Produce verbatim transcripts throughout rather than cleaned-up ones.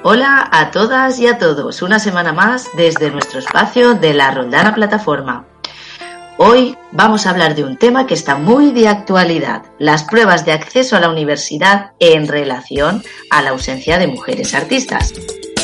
Hola a todas y a todos, una semana más desde nuestro espacio de la Roldana Plataforma. Hoy vamos a hablar de un tema que está muy de actualidad, las pruebas de acceso a la universidad en relación a la ausencia de mujeres artistas.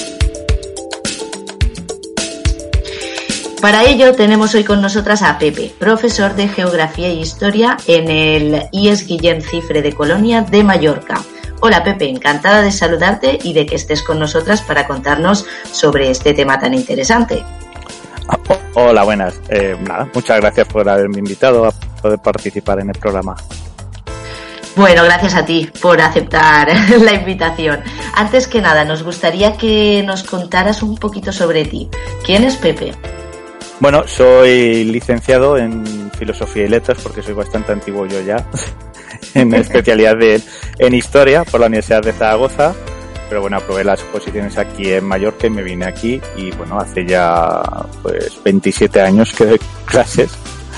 Para ello tenemos hoy con nosotras a Pepe, profesor de Geografía e Historia en el I E S Guillem Cifre de Colonia de Mallorca. Hola Pepe, encantada de saludarte y de que estés con nosotras para contarnos sobre este tema tan interesante. Hola, buenas. Eh, nada, muchas gracias por haberme invitado a poder participar en el programa. Bueno, gracias a ti por aceptar la invitación. Antes que nada, nos gustaría que nos contaras un poquito sobre ti. ¿Quién es Pepe? Bueno, soy licenciado en Filosofía y Letras porque soy bastante antiguo yo ya, en especialidad de, en Historia por la Universidad de Zaragoza, pero bueno, aprobé las oposiciones aquí en Mallorca y me vine aquí y bueno, hace ya pues veintisiete años que doy clases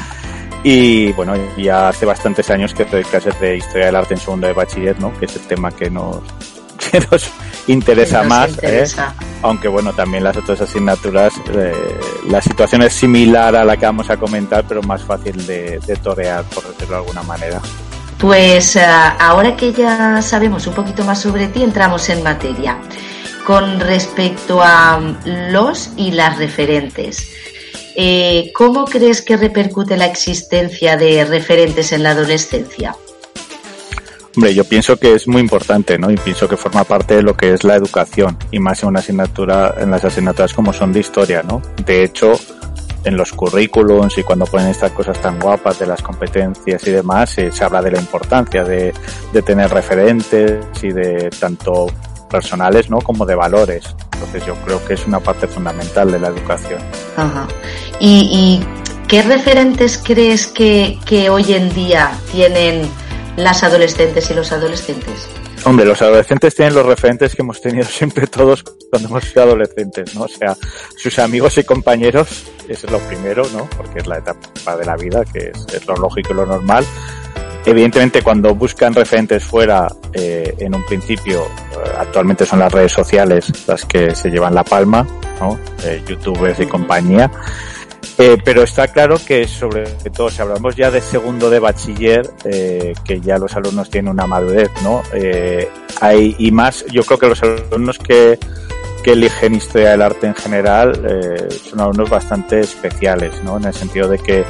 y bueno, ya hace bastantes años que doy clases de Historia del Arte en segundo de bachiller, ¿no? Que es el tema que nos, que nos interesa nos más, interesa. ¿eh? Aunque bueno, también las otras asignaturas, eh, la situación es similar a la que vamos a comentar, pero más fácil de, de torear, por decirlo de alguna manera. Pues uh, ahora que ya sabemos un poquito más sobre ti, entramos en materia. Con respecto a los y las referentes, eh, ¿cómo crees que repercute la existencia de referentes en la adolescencia? Hombre, yo pienso que es muy importante, ¿no? Y pienso que forma parte de lo que es la educación, y más en una asignatura, en las asignaturas como son de historia, ¿no? De hecho, en los currículums y cuando ponen estas cosas tan guapas de las competencias y demás, eh, se habla de la importancia de, de tener referentes y de tanto personales, ¿no? Como de valores. Entonces yo creo que es una parte fundamental de la educación. Ajá. ¿Y, y qué referentes crees que, que hoy en día tienen las adolescentes y los adolescentes? Hombre, los adolescentes tienen los referentes que hemos tenido siempre todos cuando hemos sido adolescentes, ¿no? O sea, sus amigos y compañeros, eso es lo primero, ¿no? Porque es la etapa de la vida, que es, es lo lógico y lo normal. Evidentemente, cuando buscan referentes fuera, eh, en un principio, eh, actualmente son las redes sociales las que se llevan la palma, ¿no? Eh, youtubers y compañía. Eh, pero está claro que sobre todo si hablamos ya de segundo de bachiller, eh, que ya los alumnos tienen una madurez, ¿no? Eh, hay, y más, yo creo que los alumnos que, que eligen Historia del Arte en general, eh, son alumnos bastante especiales, ¿no? En el sentido de que,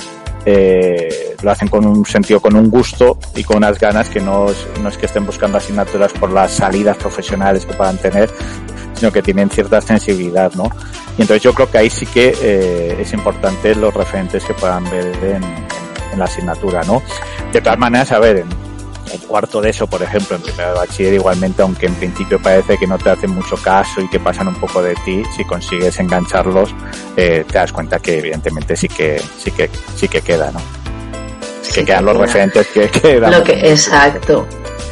eh, lo hacen con un sentido, con un gusto y con unas ganas que no es, no es que estén buscando asignaturas por las salidas profesionales que puedan tener, sino que tienen cierta sensibilidad, ¿no? Y entonces yo creo que ahí sí que eh, es importante los referentes que puedan ver en, en, en la asignatura, ¿no? De todas maneras, a ver, en, en cuarto de eso, por ejemplo, en primero de bachiller, igualmente, aunque en principio parece que no te hacen mucho caso y que pasan un poco de ti, si consigues engancharlos, eh, te das cuenta que evidentemente sí que sí que sí que queda, ¿no? Sí, sí que quedan que los queda. referentes que quedan. Lo que, exacto.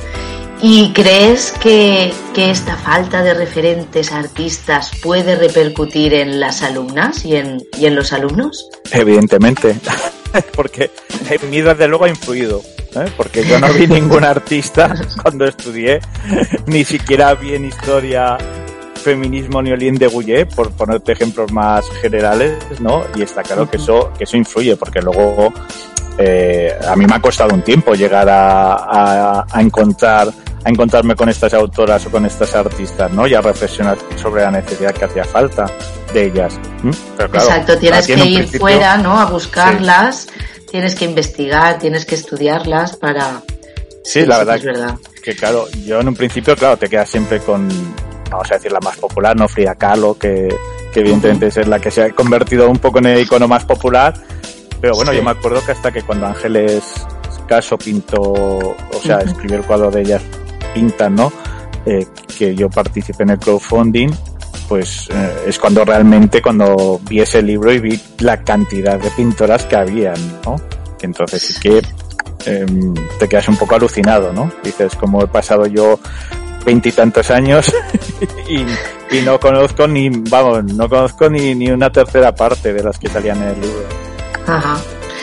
¿Y crees que, que esta falta de referentes artistas puede repercutir en las alumnas y en, y en los alumnos? Evidentemente, porque en mí desde luego ha influido, ¿eh? Porque yo no vi ningún artista cuando estudié, ni siquiera vi en historia feminismo ni Olien de Goulet, por ponerte ejemplos más generales, ¿no? Y está claro uh-huh. que eso que eso influye, porque luego eh, a mí me ha costado un tiempo llegar a, a, a encontrar a encontrarme con estas autoras o con estas artistas, ¿no? Y a reflexionar sobre la necesidad que hacía falta de ellas. ¿Mm? Pero claro, exacto, tienes que ir principio... fuera, ¿no? A buscarlas, sí. Tienes que investigar, tienes que estudiarlas para... Sí, sí la sí, verdad, es verdad que claro, yo en un principio, claro, te quedas siempre con, vamos a decir, la más popular, ¿no? Frida Kahlo, que, que evidentemente uh-huh. es la que se ha convertido un poco en el icono más popular, pero bueno, sí. Yo me acuerdo que hasta que cuando Ángeles Caso pintó, o sea, uh-huh. escribió el cuadro de ellas pintan, ¿no? Eh, que yo participé en el crowdfunding, pues eh, es cuando realmente, cuando vi ese libro y vi la cantidad de pintoras que habían, ¿no? Que entonces sí que eh, te quedas un poco alucinado, ¿no? Dices, como he pasado yo veintitantos años y, y no conozco ni, vamos, no conozco ni, ni una tercera parte de las que salían en el libro. Ajá.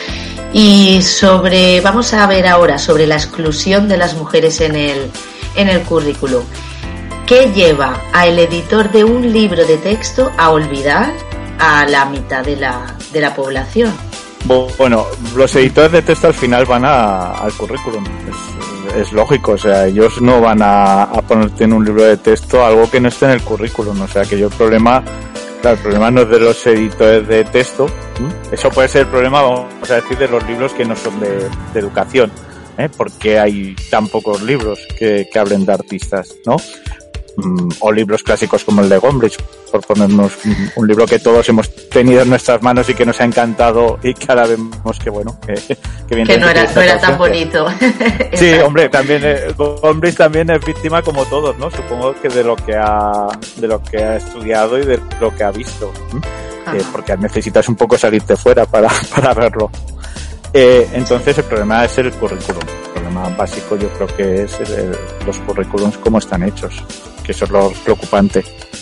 Y sobre, vamos a ver ahora sobre la exclusión de las mujeres en el en el currículo. ¿qué lleva al editor de un libro de texto a olvidar a la mitad de la, de la población? Bueno, los editores de texto al final van a, al currículum, es, es lógico, o sea, ellos no van a, a ponerte en un libro de texto algo que no esté en el currículum, o sea, que yo el problema, claro, el problema no es de los editores de texto, ¿sí? Eso puede ser el problema, vamos a decir, de los libros que no son de, de educación, ¿eh? Porque hay tan pocos libros que, que hablen de artistas, ¿no? O libros clásicos como el de Gombrich, por ponernos un, un libro que todos hemos tenido en nuestras manos y que nos ha encantado y que ahora vemos que bueno, que, que, bien que no era, no era tan bonito. Sí, hombre, también eh, Gombrich también es víctima como todos, ¿no? Supongo que de lo que ha de lo que ha estudiado y de lo que ha visto, eh, porque necesitas un poco salirte fuera para, para verlo. Eh, entonces el problema es el currículum. El problema básico yo creo que es el, el, los currículums como están hechos, que eso es lo preocupante.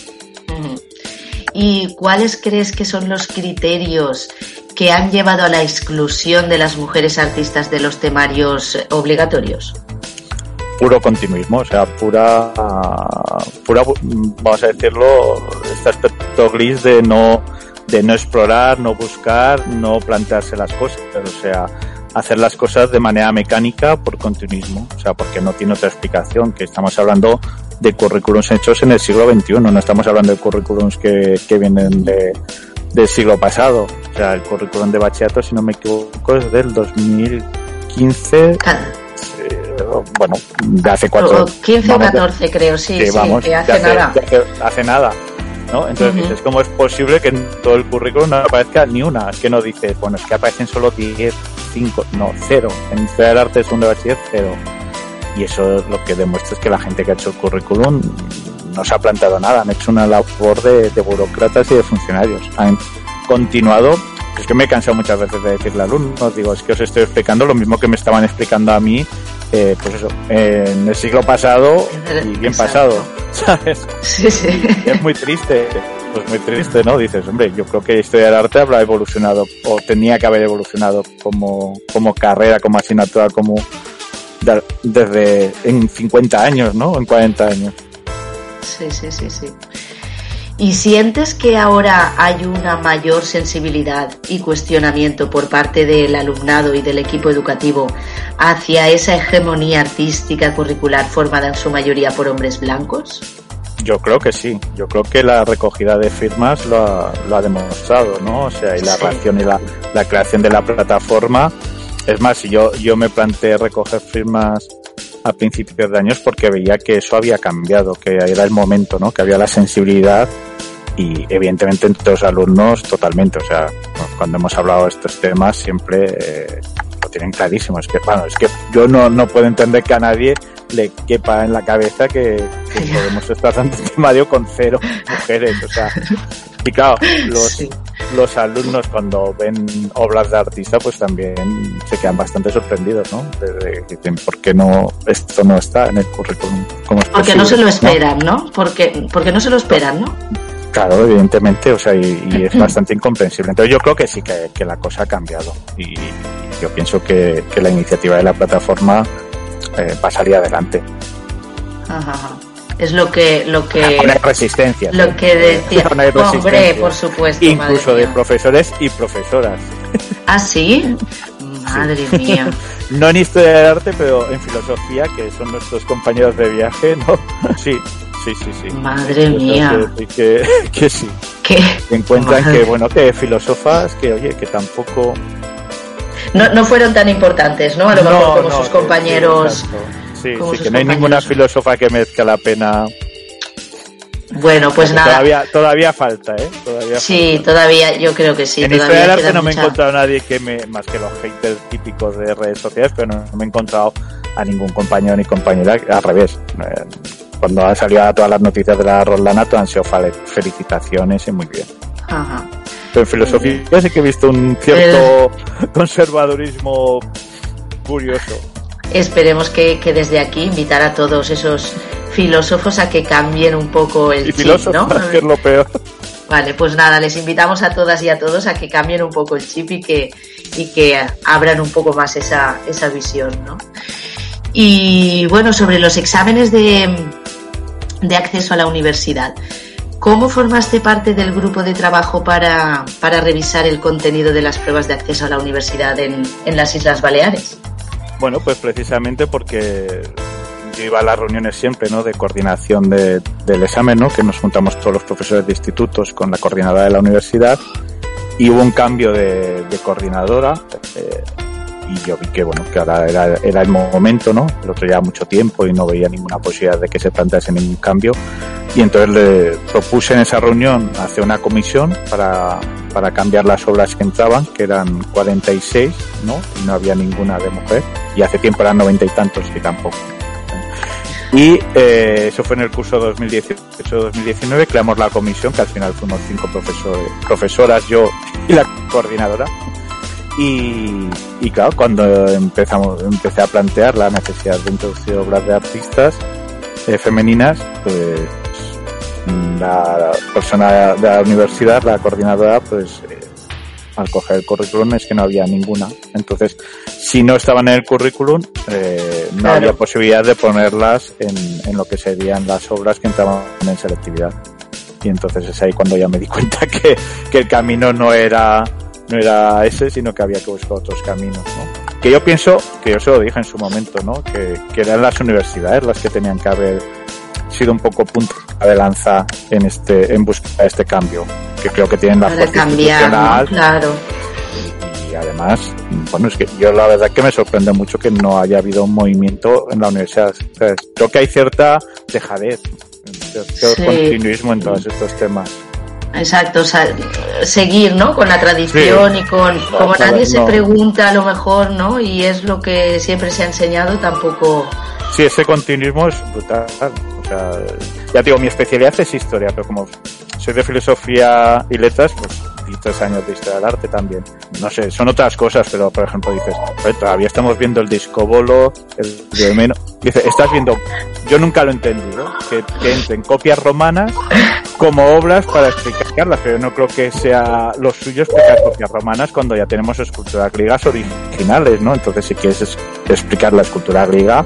¿Y cuáles crees que son los criterios que han llevado a la exclusión de las mujeres artistas de los temarios obligatorios? Puro continuismo, o sea, pura, pura, vamos a decirlo, este aspecto gris de no, de no explorar, no buscar, no plantearse las cosas, o sea, hacer las cosas de manera mecánica por continuismo, o sea, porque no tiene otra explicación, que estamos hablando de currículums hechos en el siglo veintiuno, no estamos hablando de currículums que, que vienen de, del siglo pasado, o sea, el currículum de bachillerato, si no me equivoco, es del dos mil quince, eh, bueno, de hace cuatro... quince o catorce creo, sí, que, sí, vamos, que hace, hace nada. Hace, hace nada. ¿No? Entonces uh-huh. dices, ¿cómo es posible que en todo el currículum no aparezca ni una? Es que no dice, bueno, es que aparecen solo diez, cinco, no, cero. En Historia del Arte segundo de bachiller, cero. Y eso lo que demuestra es que la gente que ha hecho el currículum no se ha planteado nada, han hecho una labor de, de burócratas y de funcionarios. Han continuado, es que me he cansado muchas veces de decirle a alumnos, digo, es que os estoy explicando lo mismo que me estaban explicando a mí, eh, pues eso, eh, en el siglo pasado y bien Exacto. pasado, ¿sabes? Sí, sí. Y es muy triste, pues muy triste, ¿no? Dices, hombre, yo creo que la Historia del Arte habrá evolucionado, o tenía que haber evolucionado como, como carrera, como asignatura, como de, desde en cincuenta años, ¿no? En cuarenta años. Sí, sí, sí, sí. ¿Y sientes que ahora hay una mayor sensibilidad y cuestionamiento por parte del alumnado y del equipo educativo hacia esa hegemonía artística curricular formada en su mayoría por hombres blancos? Yo creo que sí. Yo creo que la recogida de firmas lo ha, lo ha demostrado, ¿no? O sea, y la sí. reacción y la, la creación de la plataforma. Es más, si yo, yo me planteé recoger firmas a principios de años porque veía que eso había cambiado, que era el momento, ¿no? Que había la sensibilidad y evidentemente entre los alumnos totalmente, o sea, cuando hemos hablado de estos temas siempre eh, lo tienen clarísimo, es que, bueno, es que yo no, no puedo entender que a nadie le quepa en la cabeza que, que podemos estar tanto temario con cero mujeres, o sea, y claro, los, sí. los alumnos cuando ven obras de artista pues también se quedan bastante sorprendidos, ¿no? De, de, de, ¿por qué no, esto no está en el currículum? ¿Cómo es porque posible? No se lo esperan, ¿no? ¿no? Porque, porque no se lo esperan, ¿no? Claro, evidentemente, o sea, y, y es bastante incomprensible. Entonces yo creo que sí, que, que la cosa ha cambiado y, y yo pienso que, que la iniciativa de la plataforma eh, va a salir adelante. Ajá. Es lo que lo que no hay resistencia. Lo ¿no? que decía. No hay resistencia. Hombre, por supuesto. Incluso de profesores y profesoras. ¿Ah, sí? Madre sí. mía. No en Historia del Arte, pero en Filosofía, que son nuestros compañeros de viaje, ¿no? Sí. Sí, sí, sí. Madre mía. Que, que, que sí. ¿Qué? Que encuentran Madre. que, bueno, que filósofas, que oye, que tampoco... No, no fueron tan importantes, ¿no? A lo mejor no, como no, sus compañeros... Sí, sí, sí que no hay ninguna filósofa que merezca la pena... Bueno, pues nada. Todavía, todavía falta, ¿eh? Todavía sí, falta. todavía, yo creo que sí. En Historia del Arte no me he encontrado a nadie que me, más que los haters típicos de redes sociales, pero no, no me he encontrado a ningún compañero ni compañera, al revés. Cuando ha salido a todas las noticias de la Roldana, todas han sido felicitaciones y muy bien. Ajá. Pero en filosofía yo sí que he visto un cierto El... conservadurismo curioso. Esperemos que, que desde aquí invitar a todos esos filósofos a que cambien un poco el y chip, ¿no? Que es lo peor. Vale, pues nada, les invitamos a todas y a todos a que cambien un poco el chip y que, y que abran un poco más esa, esa visión, ¿no? Y bueno, sobre los exámenes de, de acceso a la universidad. ¿Cómo formaste parte del grupo de trabajo para, para revisar el contenido de las pruebas de acceso a la universidad en, en las Islas Baleares? Bueno, pues precisamente porque yo iba a las reuniones siempre, ¿no?, de coordinación de, del examen, ¿no?, que nos juntamos todos los profesores de institutos con la coordinadora de la universidad, y hubo un cambio de, de coordinadora, eh, y yo vi que, bueno, que ahora era, era el momento, ¿no? El otro llevaba mucho tiempo y no veía ninguna posibilidad de que se plantease ningún cambio. Y entonces le propuse en esa reunión hacer una comisión para, para cambiar las obras que entraban, que eran cuarenta y seis, ¿no? Y no había ninguna de mujer. Y hace tiempo eran noventa y tantos, y tampoco. Y eh, eso fue en el curso dos mil dieciocho dos mil diecinueve, creamos la comisión, que al final fuimos cinco profesores, profesoras, yo y la coordinadora. Y, y claro, cuando empezamos, empecé a plantear la necesidad de introducir obras de artistas eh, femeninas, pues la persona de la universidad, la coordinadora, pues eh, al coger el currículum es que no había ninguna. Entonces, si no estaban en el currículum, eh, no claro. había posibilidad de ponerlas en, en lo que serían las obras que entraban en selectividad. Y entonces es ahí cuando ya me di cuenta que, que el camino no era no era ese, sino que había que buscar otros caminos, ¿no? Que yo pienso, que yo se lo dije en su momento, ¿no?, que, que eran las universidades las que tenían que haber sido un poco punta de lanza en este, en buscar este cambio, que creo que tienen la fuerza institucional, ¿no? Claro. Y, y además, bueno, es que yo la verdad que me sorprende mucho que no haya habido un movimiento en la universidad. O sea, creo que hay cierta dejadez, cierto sí. continuismo en todos estos temas. Exacto, o sea, seguir, ¿no?, con la tradición sí. y con, como no, nadie no. se pregunta a lo mejor, ¿no?, y es lo que siempre se ha enseñado, tampoco. Sí, ese continuismo es brutal. O sea, ya digo, mi especialidad es historia, pero como soy de filosofía y letras, pues y tres años de historia del arte también. No sé, son otras cosas, pero por ejemplo dices, todavía estamos viendo el disco bolo, el de menos. Dice, estás viendo, yo nunca lo he entendido, que, que entren copias romanas como obras para explicarlas, pero no creo que sea lo suyo explicar copias romanas cuando ya tenemos esculturas griegas originales, ¿no? Entonces, si quieres explicar la escultura griega,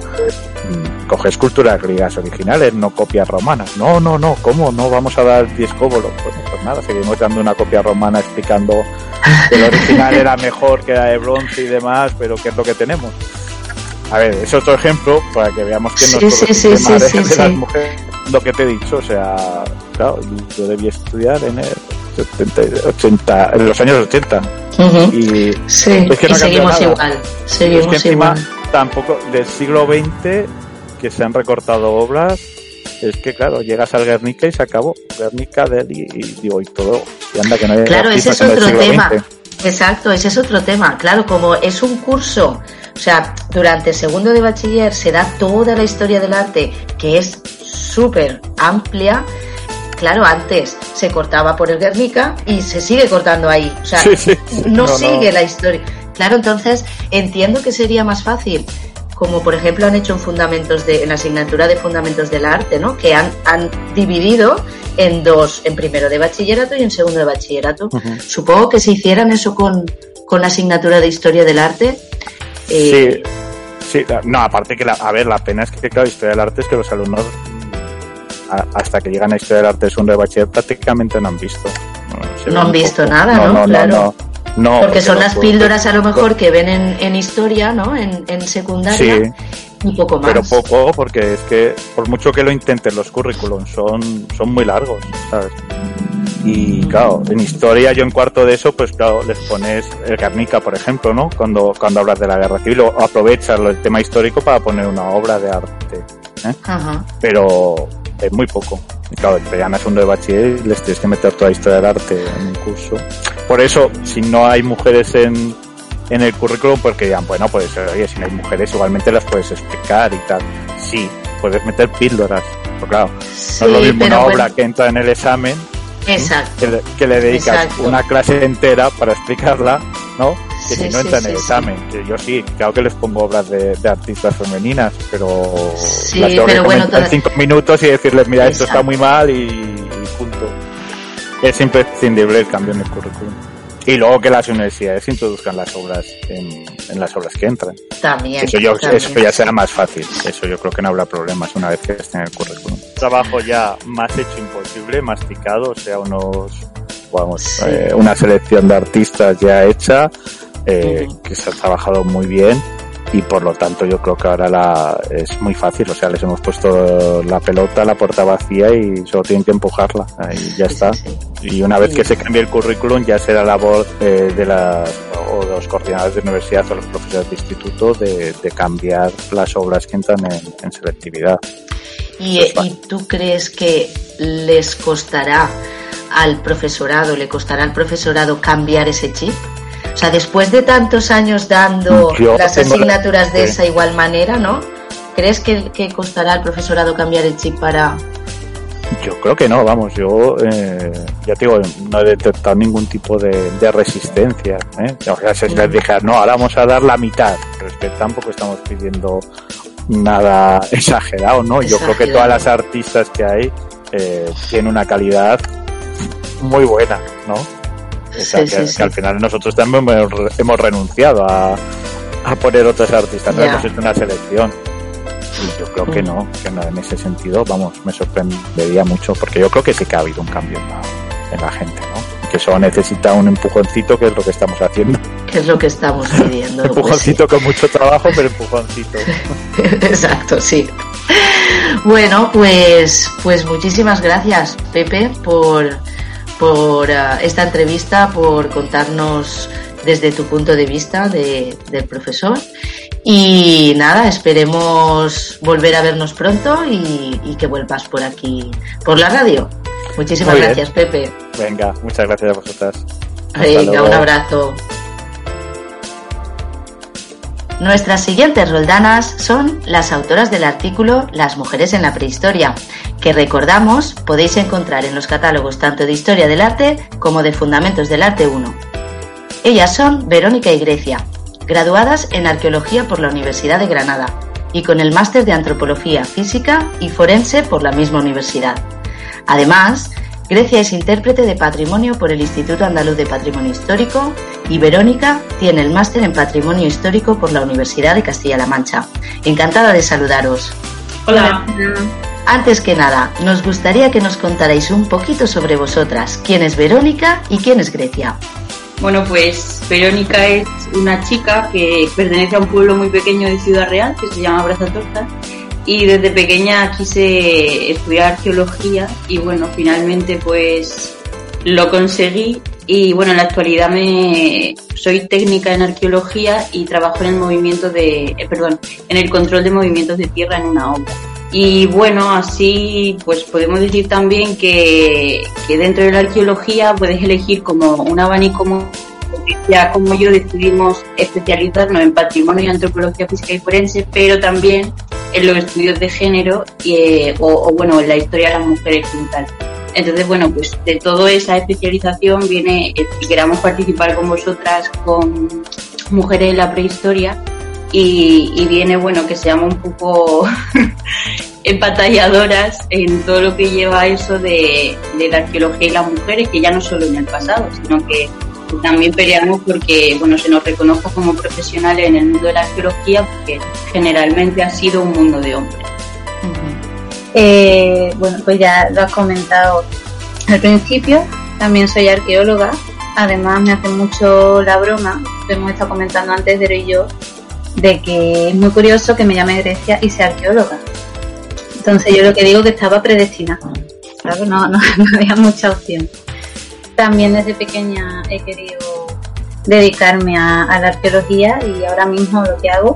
coge esculturas griegas originales, no copias romanas. No, no, no, ¿cómo? No vamos a dar discóbolo. Pues, pues nada, seguimos dando una copia romana explicando que el original era mejor que la de bronce y demás, pero ¿qué es lo que tenemos? A ver, es otro ejemplo para que veamos que no es sí, todo sí, el sí, tema sí, de, sí, de las sí. mujeres, lo que te he dicho. O sea, claro, yo debí estudiar en el setenta, ochenta, en los años ochenta. Uh-huh. Y, sí, es que no y seguimos nada. igual. Seguimos es que encima, igual. Tampoco del siglo veinte que se han recortado obras, es que claro, llegas al Guernica y se acabó. Guernica de y, y digo, y todo, y anda que no hay. Claro, ese es otro tema. veinte. Exacto, ese es otro tema. Claro, como es un curso, o sea, durante segundo de bachiller se da toda la historia del arte, que es súper amplia. Claro, antes se cortaba por el Guernica y se sigue cortando ahí. O sea, sí, sí, sí. no, no sigue no. la historia. Claro, entonces entiendo que sería más fácil, como por ejemplo han hecho en fundamentos de, en la asignatura de fundamentos del arte, ¿no?, que han, han dividido en dos, en primero de bachillerato y en segundo de bachillerato. Uh-huh. Supongo que si hicieran eso con, con la asignatura de historia del arte. Eh... Sí, sí, no, aparte que la, a ver, la pena es que, claro, historia del arte es que los alumnos a, hasta que llegan a historia del arte de segundo de bachiller prácticamente no han visto. No, no han visto poco. nada, ¿no? No, no, claro. no, no. No, porque son las no, píldoras a lo mejor que ven en, en historia, ¿no?, en, en secundaria, sí, y poco más. Pero poco, porque es que por mucho que lo intenten, los currículums son, son muy largos, ¿sabes? Y claro, en historia yo en cuarto de eso, pues claro, les pones el Guernica, por ejemplo, ¿no?, cuando, cuando hablas de la guerra civil, o aprovechas el tema histórico para poner una obra de arte, ¿eh? Ajá. Pero es muy poco. Y claro, te llegan a segundo de bachiller y les tienes que meter toda la historia del arte en un curso. Por eso, si no hay mujeres en, en el currículum, porque dirán, bueno, pues oye, si no hay mujeres igualmente las puedes explicar y tal. Sí, puedes meter píldoras, pero claro, sí, no es lo mismo una obra bueno. que entra en el examen, exacto, que le, que le dedicas exacto. una clase entera para explicarla, ¿no? Que sí, si no entra sí, en el sí, examen, sí. que yo sí, claro que les pongo obras de, de artistas femeninas, pero sí, las tengo pero que bueno, comentar en cinco minutos y decirles, mira, exacto. esto está muy mal y, y punto. Es imprescindible el cambio en el currículum. Y luego que las universidades introduzcan las obras en, en las obras que entran. También. Eso, yo, también. eso ya será más fácil. Eso yo creo que no habrá problemas una vez que esté en el currículum. trabajo ya más hecho imposible, masticado, o sea, unos, vamos, sí. eh, una selección de artistas ya hecha, eh, uh-huh. que se ha trabajado muy bien. Y por lo tanto yo creo que ahora la es muy fácil, o sea, les hemos puesto la pelota, la puerta vacía y solo tienen que empujarla, ahí ya está. Sí, sí. Y una vez sí. que se cambie el currículum ya será labor eh, de las o de los coordinadores de universidad o los profesores de instituto de, de cambiar las obras que entran en, en selectividad. ¿Y, ¿Y tú crees que les costará al profesorado, le costará al profesorado cambiar ese chip? O sea, después de tantos años dando Yo las asignaturas de sí. esa igual manera, ¿no? ¿Crees que, que costará al profesorado cambiar el chip para...? Yo creo que no, vamos, yo eh, ya te digo, no he detectado ningún tipo de, de resistencia, ¿eh? O sea, si les dije, no, ahora vamos a dar la mitad, pero es que tampoco estamos pidiendo nada exagerado, ¿no? Yo exagerado. Creo que todas las artistas que hay eh, tienen una calidad muy buena, ¿no? O sea, sí, que, sí, sí. que al final nosotros también hemos, hemos renunciado a, a poner otros artistas, no hemos hecho una selección. Y yo creo que no, que no en ese sentido, vamos, me sorprendería mucho, porque yo creo que sí que ha habido un cambio en la, en la gente, ¿no? Que solo necesita un empujoncito, que es lo que estamos haciendo. Que es lo que estamos pidiendo. Empujoncito pues sí. con mucho trabajo, pero empujoncito. Exacto, sí. Bueno, pues, pues muchísimas gracias, Pepe, por... por uh, esta entrevista, por contarnos desde tu punto de vista de, del profesor. Y nada, esperemos volver a vernos pronto y, y que vuelvas por aquí, por la radio. Muchísimas gracias, Pepe. Venga, muchas gracias a vosotras. Venga, un abrazo. Nuestras siguientes roldanas son las autoras del artículo Las mujeres en la prehistoria, que recordamos podéis encontrar en los catálogos tanto de Historia del Arte como de Fundamentos del Arte uno. Ellas son Verónica y Grecia, graduadas en Arqueología por la Universidad de Granada y con el máster de Antropología Física y Forense por la misma universidad. Además, Grecia es intérprete de Patrimonio por el Instituto Andaluz de Patrimonio Histórico y Verónica tiene el máster en Patrimonio Histórico por la Universidad de Castilla-La Mancha. Encantada de saludaros. Hola. Antes que nada, nos gustaría que nos contarais un poquito sobre vosotras. ¿Quién es Verónica y quién es Grecia? Bueno, pues Verónica es una chica que pertenece a un pueblo muy pequeño de Ciudad Real que se llama Brazatorta. Y desde pequeña quise estudiar arqueología y bueno, finalmente pues lo conseguí y bueno, en la actualidad me soy técnica en arqueología y trabajo en el movimiento de, eh, perdón, en el control de movimientos de tierra en una obra. Y bueno, así pues podemos decir también que, que dentro de la arqueología puedes elegir como un abanico muy... Ya como yo decidimos especializarnos en patrimonio y antropología física y forense, pero también en los estudios de género y, eh, o, o bueno, en la historia de las mujeres como tal. Entonces, bueno, pues de toda esa especialización viene el que queramos participar con vosotras con mujeres en la prehistoria y, y viene, bueno, que seamos un poco empatalladoras en todo lo que lleva eso de, de la arqueología y las mujeres, que ya no solo en el pasado, sino que también peleamos porque bueno se nos reconozca como profesionales en el mundo de la arqueología, porque generalmente ha sido un mundo de hombres. Uh-huh. Eh, bueno, pues ya lo has comentado al principio, también soy arqueóloga, además me hace mucho la broma, que hemos estado comentando antes Dero y yo, de que es muy curioso que me llame Grecia y sea arqueóloga. Entonces yo lo que digo que estaba predestinada, ¿sabes? No, no, no había mucha opción. También desde pequeña he querido dedicarme a, a la arqueología y ahora mismo lo que hago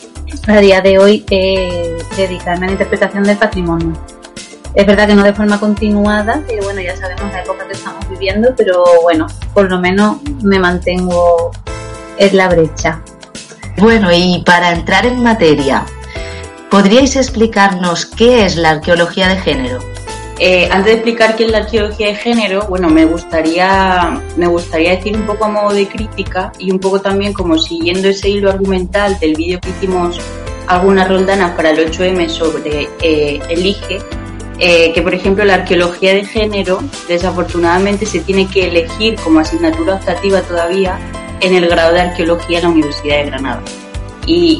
a día de hoy es dedicarme a la interpretación del patrimonio. Es verdad que no de forma continuada, pero bueno, ya sabemos la época que estamos viviendo, pero bueno, por lo menos me mantengo en la brecha. Bueno, y para entrar en materia, ¿podríais explicarnos qué es la arqueología de género? Eh, antes de explicar qué es la arqueología de género, bueno, me gustaría, me gustaría decir un poco a modo de crítica y un poco también como siguiendo ese hilo argumental del vídeo que hicimos algunas roldanas para el ocho eme sobre eh, Elige, eh, que por ejemplo la arqueología de género desafortunadamente se tiene que elegir como asignatura optativa todavía en el grado de arqueología en la Universidad de Granada. Y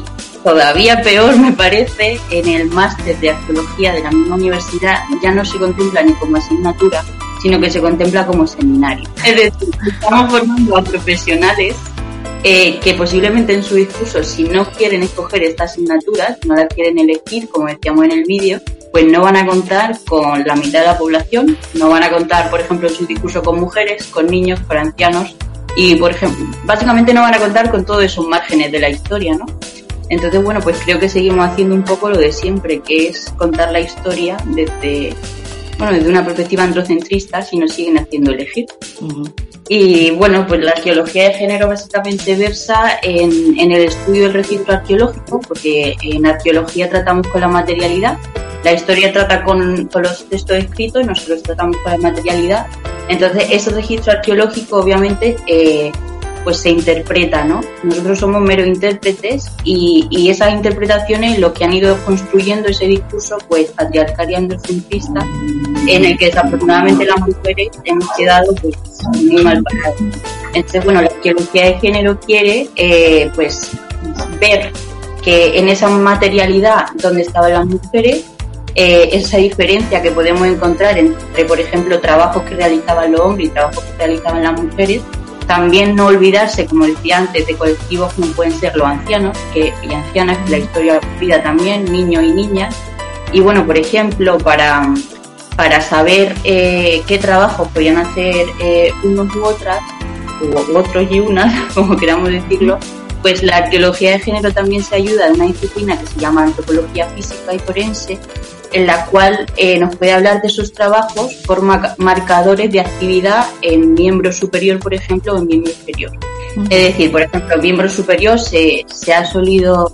todavía peor me parece, en el máster de arqueología de la misma universidad ya no se contempla ni como asignatura, sino que se contempla como seminario. Es decir, estamos formando a profesionales eh, que posiblemente en su discurso, si no quieren escoger esta asignatura, si no la quieren elegir, como decíamos en el vídeo, pues no van a contar con la mitad de la población, no van a contar, por ejemplo, en su discurso con mujeres, con niños, con ancianos, y, por ejemplo, básicamente no van a contar con todos esos márgenes de la historia, ¿no? Entonces, bueno, pues creo que seguimos haciendo un poco lo de siempre, que es contar la historia desde, bueno, desde una perspectiva androcentrista, si nos siguen haciendo elegir. Uh-huh. Y, bueno, pues la arqueología de género básicamente versa en, en el estudio del registro arqueológico, porque en arqueología tratamos con la materialidad, la historia trata con, con los textos escritos y nosotros tratamos con la materialidad. Entonces, ese registro arqueológico, obviamente, eh, pues se interpreta, ¿no? Nosotros somos meros intérpretes y, y esas interpretaciones lo que han ido construyendo ese discurso, pues, patriarcal y androcentrista, en el que desafortunadamente las mujeres hemos quedado, pues, muy mal paradas. Entonces, bueno, la arqueología de género quiere, eh, pues, ver que en esa materialidad donde estaban las mujeres, Eh, esa diferencia que podemos encontrar entre, por ejemplo, trabajos que realizaban los hombres y trabajos que realizaban las mujeres. También no olvidarse, como decía antes, de colectivos como pueden ser los ancianos que, y ancianas, que la historia vida también, niños y niñas. Y bueno, por ejemplo, para, para saber eh, qué trabajos podían hacer eh, unos u otras, u otros y unas, como queramos decirlo, pues la arqueología de género también se ayuda de una disciplina que se llama antropología física y forense, en la cual eh, nos puede hablar de sus trabajos por ma- marcadores de actividad en miembro superior, por ejemplo, o en miembro inferior. Uh-huh. Es decir, por ejemplo, el miembro superior se, se ha solido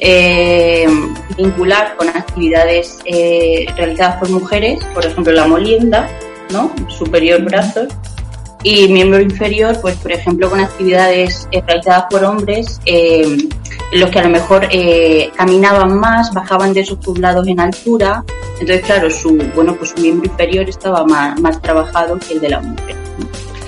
eh, vincular con actividades eh, realizadas por mujeres, por ejemplo, la molienda, ¿no? Superior brazos. Y miembro inferior, pues por ejemplo, con actividades eh, realizadas por hombres, eh, los que a lo mejor eh, caminaban más, bajaban de esos poblados en altura. Entonces, claro, su bueno pues su miembro inferior estaba más, más trabajado que el de la mujer, ¿no?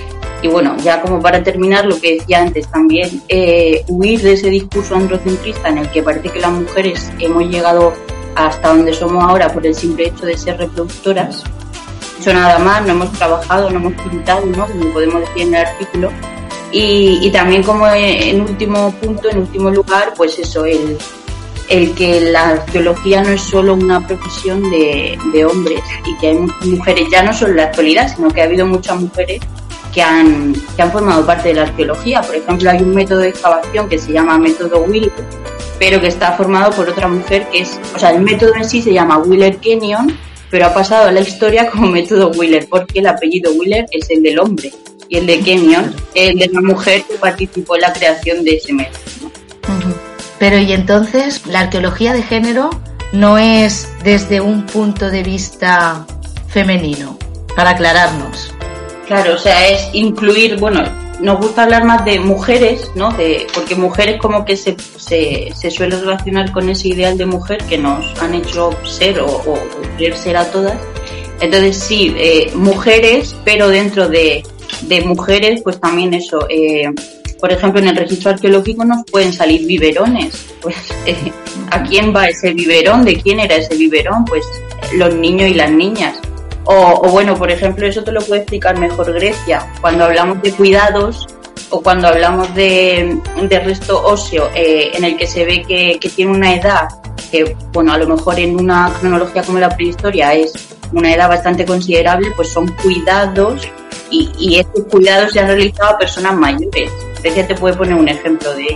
Y bueno, ya como para terminar, lo que decía antes también, eh, huir de ese discurso androcentrista en el que parece que las mujeres hemos llegado hasta donde somos ahora por el simple hecho de ser reproductoras. Eso nada más, no hemos trabajado, no hemos pintado, ¿no? Como podemos decir en el artículo. Y, y también como en último punto, en último lugar, pues eso, el, el que la arqueología no es solo una profesión de, de hombres y que hay muchas mujeres, ya no solo en la actualidad, sino que ha habido muchas mujeres que han, que han formado parte de la arqueología. Por ejemplo, hay un método de excavación que se llama método Wheeler, pero que está formado por otra mujer que es, o sea, el método en sí se llama Wheeler-Kenyon, pero ha pasado a la historia como método Wheeler, porque el apellido Wheeler es el del hombre y el de Kenyon es el de la mujer que participó en la creación de ese método, ¿no? Uh-huh. Pero y entonces, la arqueología de género no es desde un punto de vista femenino, para aclararnos. Claro, o sea, es incluir, bueno, nos gusta hablar más de mujeres, ¿no? De, porque mujeres como que se, se, se suele relacionar con ese ideal de mujer que nos han hecho ser o, o querer ser a todas. Entonces sí, eh, mujeres, pero dentro de, de mujeres, pues también eso, eh, por ejemplo, en el registro arqueológico nos pueden salir biberones. Pues, eh, ¿a quién va ese biberón? ¿De quién era ese biberón? Pues los niños y las niñas. O, o bueno, por ejemplo, eso te lo puede explicar mejor Grecia. Cuando hablamos de cuidados o cuando hablamos de, de resto óseo eh, en el que se ve que, que tiene una edad que, bueno, a lo mejor en una cronología como la prehistoria es una edad bastante considerable, pues son cuidados y, y estos cuidados se han realizado a personas mayores. Grecia te puede poner un ejemplo de ello.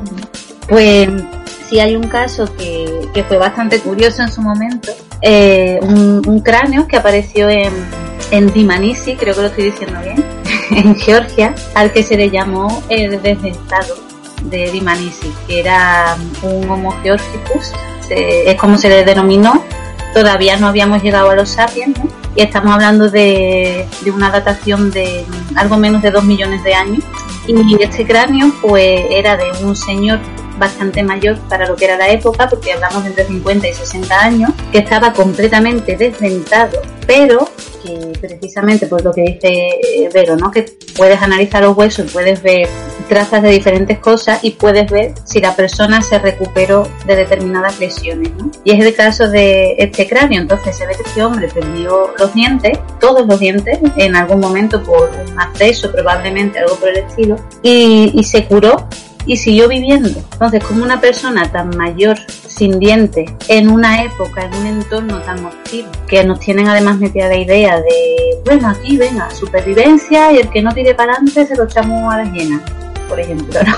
Pues sí, hay un caso que, que fue bastante curioso en su momento. Eh, un, un cráneo que apareció en, en Dimanisi, creo que lo estoy diciendo bien, en Georgia, al que se le llamó el desdentado de Dimanisi, que era un Homo georgicus, se, es como se le denominó. Todavía no habíamos llegado a los sapiens, ¿no? Y estamos hablando de, de una datación de algo menos de dos millones de años. Y este cráneo pues era de un señor bastante mayor para lo que era la época, porque hablamos de entre cincuenta y sesenta años, que estaba completamente desdentado, pero que precisamente por lo que dice Vero, ¿no? Que puedes analizar los huesos, puedes ver trazas de diferentes cosas y puedes ver si la persona se recuperó de determinadas lesiones, ¿no? Y es el caso de este cráneo. Entonces se ve que este hombre perdió los dientes, todos los dientes, en algún momento por un acceso, probablemente algo por el estilo, y, y se curó y siguió viviendo. Entonces, como una persona tan mayor, sin dientes, en una época, en un entorno tan hostil, que nos tienen además metida la idea de, bueno, aquí venga, supervivencia, y el que no tire para adelante se lo echamos a las llenas, por ejemplo, ¿no?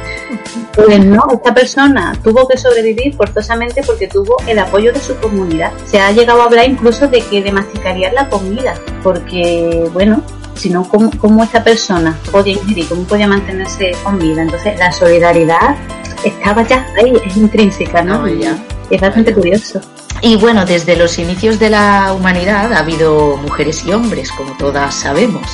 Pues no, esta persona tuvo que sobrevivir forzosamente porque tuvo el apoyo de su comunidad. Se ha llegado a hablar incluso de que le masticarían la comida, porque, bueno, si no, ¿cómo, cómo esta persona podía ingerir, cómo podía mantenerse con vida? Entonces, la solidaridad estaba ya ahí, es intrínseca, ¿no? Oh, ya. Es bastante curioso. Y bueno, desde los inicios de la humanidad ha habido mujeres y hombres, como todas sabemos.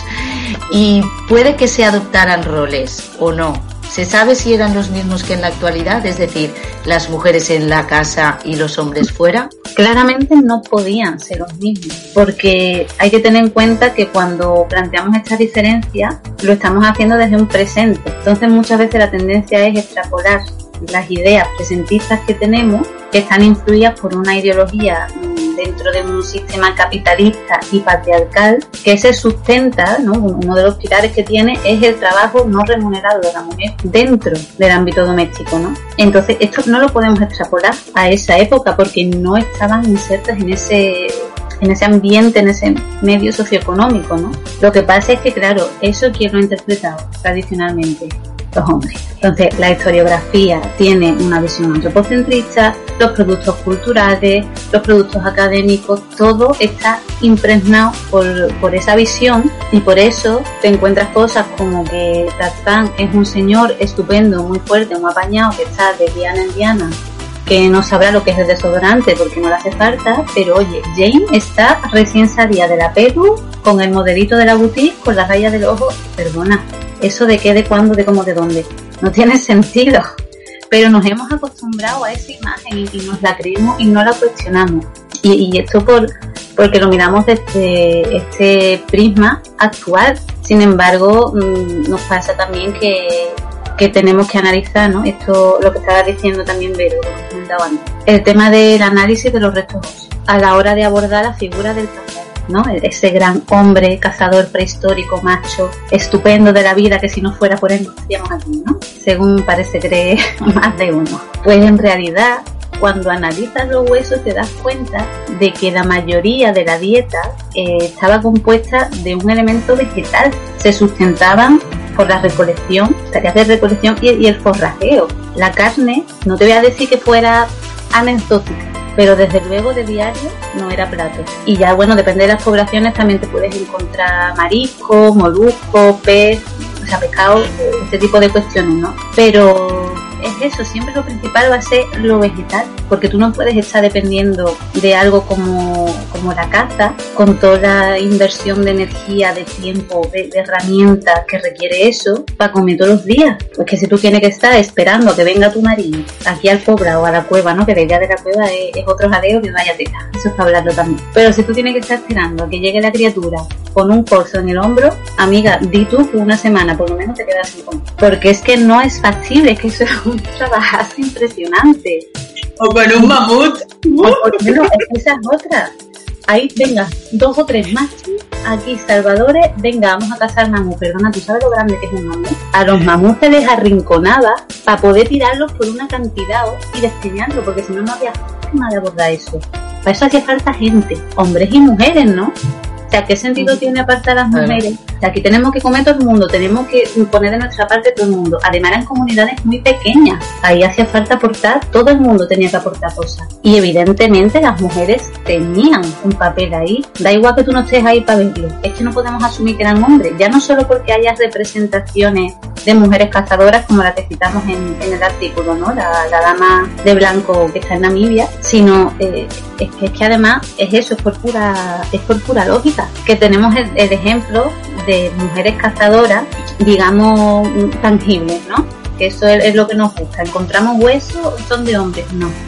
Y puede que se adoptaran roles o no. ¿Se sabe si eran los mismos que en la actualidad? Es decir, las mujeres en la casa y los hombres fuera. Claramente no podían ser los mismos, porque hay que tener en cuenta que cuando planteamos esta diferencia lo estamos haciendo desde un presente. Entonces muchas veces la tendencia es extrapolar las ideas presentistas que tenemos, que están influidas por una ideología dentro de un sistema capitalista y patriarcal que se sustenta, ¿no? Uno de los pilares que tiene es el trabajo no remunerado de la mujer dentro del ámbito doméstico, ¿no? Entonces esto no lo podemos extrapolar a esa época porque no estaban insertas en ese en ese ambiente, en ese medio socioeconómico, ¿no? Lo que pasa es que, claro, eso quien lo ha interpretado tradicionalmente, los hombres. Entonces, la historiografía tiene una visión antropocentrista, los productos culturales, los productos académicos, todo está impregnado por, por esa visión, y por eso te encuentras cosas como que Tarzán es un señor estupendo, muy fuerte, muy apañado, que está de diana en diana, que no sabrá lo que es el desodorante porque no le hace falta, pero oye, Jane está recién salida de la Perú con el modelito de la boutique, con las rayas del ojo. Perdona, eso de qué, de cuándo, de cómo, de dónde, no tiene sentido, pero nos hemos acostumbrado a esa imagen y, y nos la creemos y no la cuestionamos, y, y esto por porque lo miramos desde este prisma actual. Sin embargo, mmm, nos pasa también que que tenemos que analizar, ¿no? Esto, lo que estaba diciendo también Vero, lo que comentaba antes, el tema del análisis de los restos óseos a la hora de abordar la figura del cazador, ¿no? Ese gran hombre cazador prehistórico, macho, estupendo de la vida, que si no fuera por él no estaríamos aquí, ¿no? Según parece creer más de uno. Pues en realidad, cuando analizas los huesos te das cuenta de que la mayoría de la dieta eh, estaba compuesta de un elemento vegetal. Se sustentaban por la recolección, tareas de recolección y, y el forrajeo. La carne, no te voy a decir que fuera anecdótica, pero desde luego de diario no era plato. Y ya, bueno, depende de las poblaciones, también te puedes encontrar marisco, molusco, pez, o sea, pescado, este tipo de cuestiones, ¿no? Pero es eso, siempre lo principal va a ser lo vegetal, porque tú no puedes estar dependiendo de algo como, como la caza, con toda la inversión de energía, de tiempo, de, de herramientas que requiere eso, para comer todos los días. Porque si tú tienes que estar esperando a que venga tu marido aquí al poblado o a la cueva, ¿no? Que la idea de la cueva es, es otro jaleo que vaya tela, eso es para hablarlo también. Pero si tú tienes que estar esperando a que llegue la criatura con un corzo en el hombro, amiga, di tú que una semana por lo menos te quedas sin comer. Porque es que no es factible, es que eso es un trabajazo impresionante. O con un mamut. O por menos, esa es otra. Ahí, venga, dos o tres machos, aquí salvadores, venga, vamos a cazar mamut. Perdona, ¿tú sabes lo grande que es un mamut? A los mamuts se les arrinconaba para poder tirarlos por una cantidad y despeñarlos, porque si no, no había forma de abordar eso. Para eso hacía falta gente, hombres y mujeres, ¿no? O sea, ¿qué sentido tiene apartar a las mujeres? O sea, aquí tenemos que comer todo el mundo, tenemos que poner de nuestra parte todo el mundo. Además, eran comunidades muy pequeñas. Ahí hacía falta aportar, todo el mundo tenía que aportar cosas. Y evidentemente las mujeres tenían un papel ahí. Da igual que tú no estés ahí para verlo. Es que no podemos asumir que eran hombres. Ya no solo porque haya representaciones de mujeres cazadoras como la que citamos en, en el artículo, ¿no? La, la dama de blanco que está en Namibia, sino eh, es, que, es que además es eso, es por pura, es por pura lógica. Que tenemos el, el ejemplo de mujeres cazadoras, digamos, tangibles, ¿no? Que eso es, es lo que nos gusta. ¿Encontramos huesos? ¿Son de hombres? No.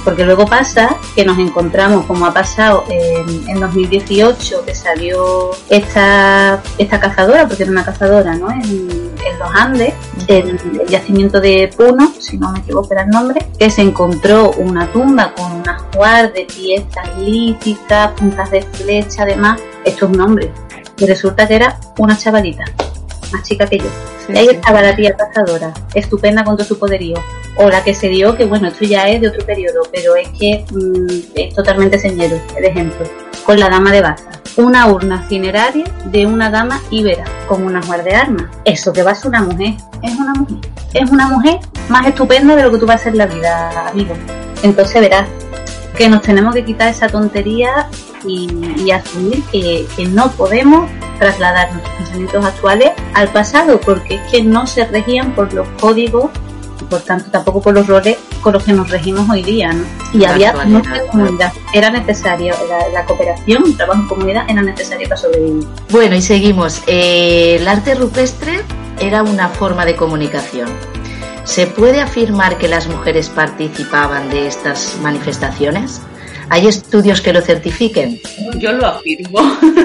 Porque luego pasa que nos encontramos, como ha pasado en, en dos mil dieciocho, que salió esta esta cazadora, porque era una cazadora, ¿no? En, en los Andes, en el yacimiento de Puno, si no me equivoco era el nombre, que se encontró una tumba con un ajuar de piezas líticas, puntas de flecha, además. Esto es un hombre. Y resulta que era una chavalita, más chica que yo. Sí, y ahí sí. Estaba la tía cazadora, estupenda con todo su poderío. O la que se dio, que bueno, esto ya es de otro periodo, pero es que mmm, es totalmente señero, el ejemplo. Con la dama de Baza. Una urna cineraria de una dama íbera, con unas guardas de armas. Eso que va a ser una mujer, es una mujer. Es una mujer más estupenda de lo que tú vas a hacer en la vida, amigo. Entonces verás que nos tenemos que quitar esa tontería y, y asumir que, que no podemos trasladar nuestros pensamientos actuales al pasado, porque es que no se regían por los códigos y por tanto tampoco por los roles con los que nos regimos hoy día, ¿no? Y la había mucha comunidad, era necesario, la, la cooperación, el trabajo en comunidad era necesario para sobrevivir. Bueno, y seguimos. Eh, el arte rupestre era una forma de comunicación. ¿Se puede afirmar que las mujeres participaban de estas manifestaciones? ¿Hay estudios que lo certifiquen? Yo lo afirmo.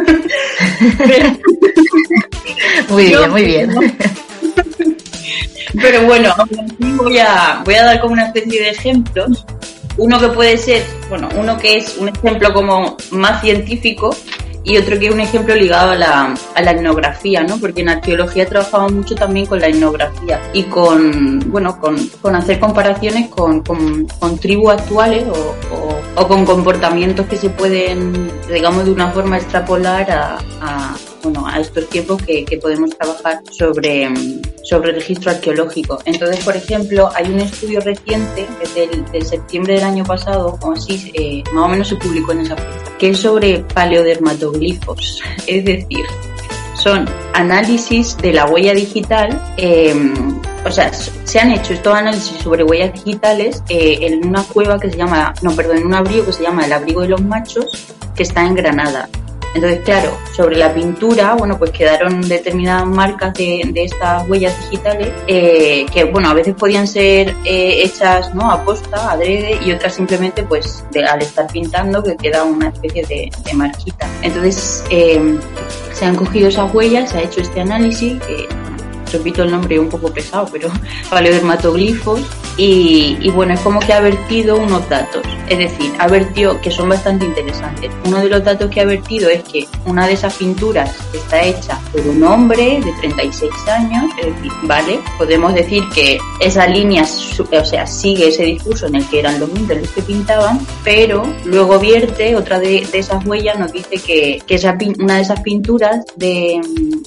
Muy bien, Yo muy bien. Pero bueno, voy a, voy a dar como una especie de ejemplos. Uno que puede ser, bueno, uno que es un ejemplo como más científico y otro que es un ejemplo ligado a la, a la etnografía, ¿no? Porque en arqueología trabajamos mucho también con la etnografía y con, bueno, con, con hacer comparaciones con, con, con tribus actuales o, o, o con comportamientos que se pueden, digamos, de una forma extrapolar a, a bueno, a estos tiempos que, que podemos trabajar sobre, sobre el registro arqueológico. Entonces, por ejemplo, hay un estudio reciente, desde el, de septiembre del año pasado, o así, eh, más o menos se publicó en esa fecha, que es sobre paleodermatoglifos, es decir, son análisis de la huella digital, eh, o sea, se han hecho estos análisis sobre huellas digitales eh, en una cueva que se llama, no, perdón, en un abrigo que se llama el Abrigo de los Machos, que está en Granada. Entonces, claro, sobre la pintura, bueno, pues quedaron determinadas marcas de, de estas huellas digitales eh, que, bueno, a veces podían ser eh, hechas, ¿no?, a posta, adrede, y otras simplemente, pues, de, al estar pintando, que queda una especie de, de marquita. Entonces, eh, se han cogido esas huellas, se ha hecho este análisis, que, repito el nombre un poco pesado, pero paleodermatoglifos, y, y bueno, es como que ha vertido unos datos, es decir, ha vertido, que son bastante interesantes. Uno de los datos que ha vertido es que una de esas pinturas está hecha por un hombre de treinta y seis años, es decir, vale, podemos decir que esa línea, o sea, sigue ese discurso en el que eran los hombres los que pintaban, pero luego vierte, otra de, de esas huellas nos dice que, que esa, una de esas pinturas de,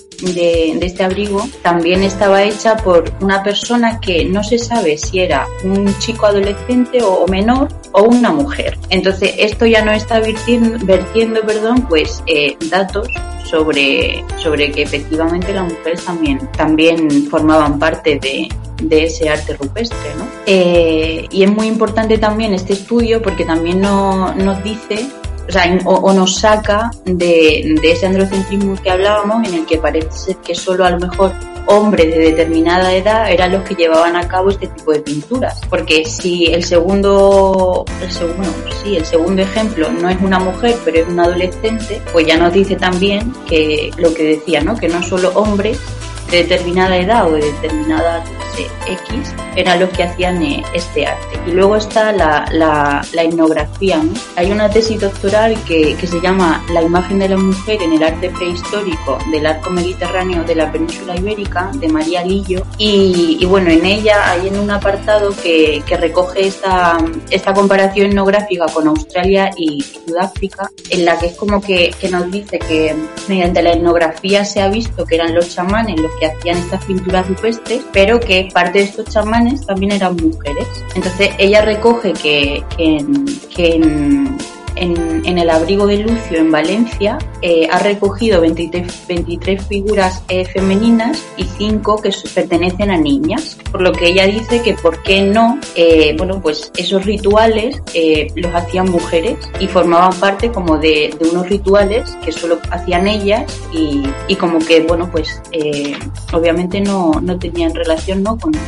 de, de este abrigo también estaba hecha por una persona que no se sabe si era un chico adolescente o menor o una mujer. Entonces esto ya nos está vertiendo, vertiendo perdón, pues eh, datos sobre, sobre que efectivamente las mujeres también, también formaban parte de, de ese arte rupestre, ¿no? Eh, y es muy importante también este estudio porque también no, nos dice, o sea, o, o nos saca de, de ese androcentrismo que hablábamos, en el que parece ser que solo a lo mejor hombres de determinada edad eran los que llevaban a cabo este tipo de pinturas, porque si el segundo el segundo sí el segundo ejemplo no es una mujer pero es un adolescente, pues ya nos dice también que lo que decía, ¿no?, que no solo hombres de determinada edad o de determinada eh, X eran los que hacían eh, este arte. Y luego está la, la, la etnografía, ¿no? Hay una tesis doctoral que, que se llama La imagen de la mujer en el arte prehistórico del arco mediterráneo de la península ibérica, de María Lillo, y, y bueno, en ella hay en un apartado que, que recoge esta, esta comparación etnográfica con Australia y Sudáfrica, en la que es como que, que nos dice que mediante la etnografía se ha visto que eran los chamanes los que hacían estas pinturas rupestres, pero que parte de estos chamanes también eran mujeres. Entonces ella recoge que, que, en, que en, en, en el Abrigo de Lucio en Valencia eh, ha recogido veintitrés, veintitrés figuras eh, femeninas y cinco que pertenecen a niñas, por lo que ella dice que por qué no, eh, bueno, pues esos rituales eh, los hacían mujeres y formaban parte como de, de unos rituales que solo hacían ellas y, y como que, bueno, pues eh, obviamente no, no tenían relación, ¿no?, con, con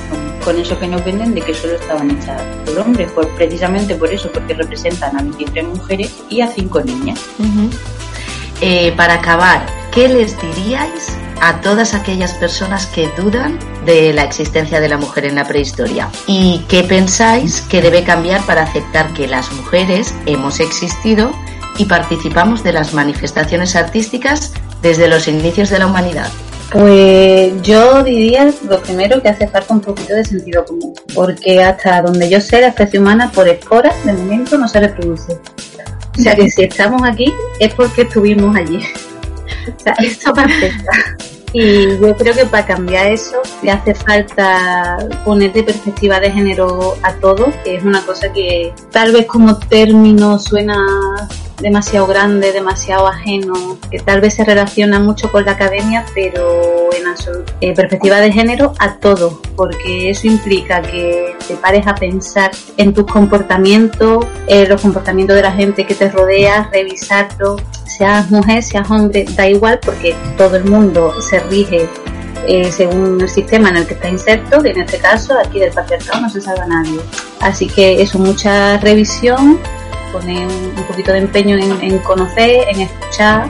con eso que nos venden de que solo estaban hechas por hombres, pues precisamente por eso, porque representan a veintitrés mujeres y a cinco niñas. Uh-huh. Eh, para acabar, ¿qué les diríais a todas aquellas personas que dudan de la existencia de la mujer en la prehistoria? ¿Y qué pensáis que debe cambiar para aceptar que las mujeres hemos existido y participamos de las manifestaciones artísticas desde los inicios de la humanidad? Pues yo diría lo primero que hace falta un poquito de sentido común, porque hasta donde yo sé la especie humana por esporas de momento no se reproduce. O sea que si estamos aquí es porque estuvimos allí. O sea, esto para empezar. Y yo creo que para cambiar eso le hace falta poner de perspectiva de género a todo, que es una cosa que tal vez como término suena demasiado grande, demasiado ajeno, que tal vez se relaciona mucho con la academia, pero en absoluto. Eh, perspectiva de género a todo, porque eso implica que te pares a pensar en tus comportamientos, eh, los comportamientos de la gente que te rodea, revisarlo, seas mujer, seas hombre, da igual, porque todo el mundo se rige eh, según el sistema en el que está inserto, que en este caso aquí del patriarcado no se salva nadie. Así que eso, mucha revisión, poner un poquito de empeño en, en conocer, en escuchar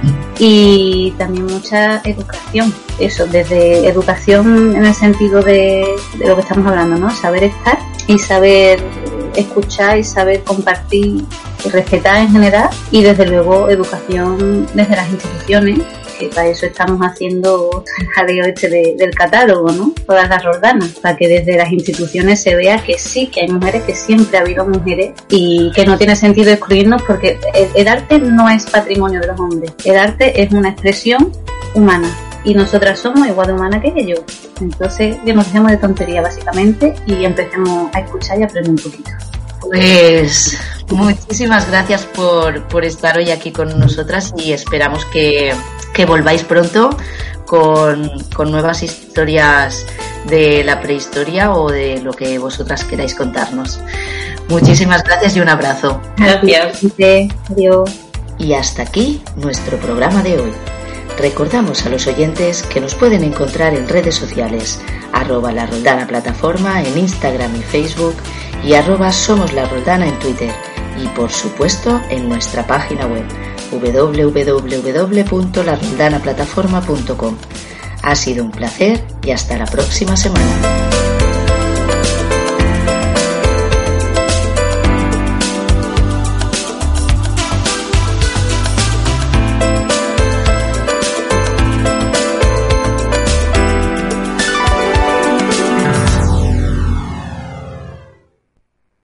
y también mucha educación. Eso, desde educación en el sentido de, de lo que estamos hablando, ¿no? Saber estar y saber escuchar y saber compartir y respetar en general, y desde luego educación desde las instituciones, que para eso estamos haciendo el jaleo este de, del catálogo, ¿no? Todas las roldanas, para que desde las instituciones se vea que sí, que hay mujeres, que siempre ha habido mujeres y que no tiene sentido excluirnos, porque el, el arte no es patrimonio de los hombres, el arte es una expresión humana y nosotras somos igual de humanas que ellos. Entonces, que nos dejemos de tontería básicamente y empecemos a escuchar y aprender un poquito. Pues muchísimas gracias por, por estar hoy aquí con nosotras y esperamos que, que volváis pronto con, con nuevas historias de la prehistoria o de lo que vosotras queráis contarnos. Muchísimas gracias y un abrazo. Gracias. Adiós. Y hasta aquí nuestro programa de hoy. Recordamos a los oyentes que nos pueden encontrar en redes sociales, arroba La Roldana Plataforma en Instagram y Facebook y arroba Somos La Roldana en Twitter y por supuesto en nuestra página web doble u doble u doble u punto la roldana plataforma punto com. Ha sido un placer y hasta la próxima semana.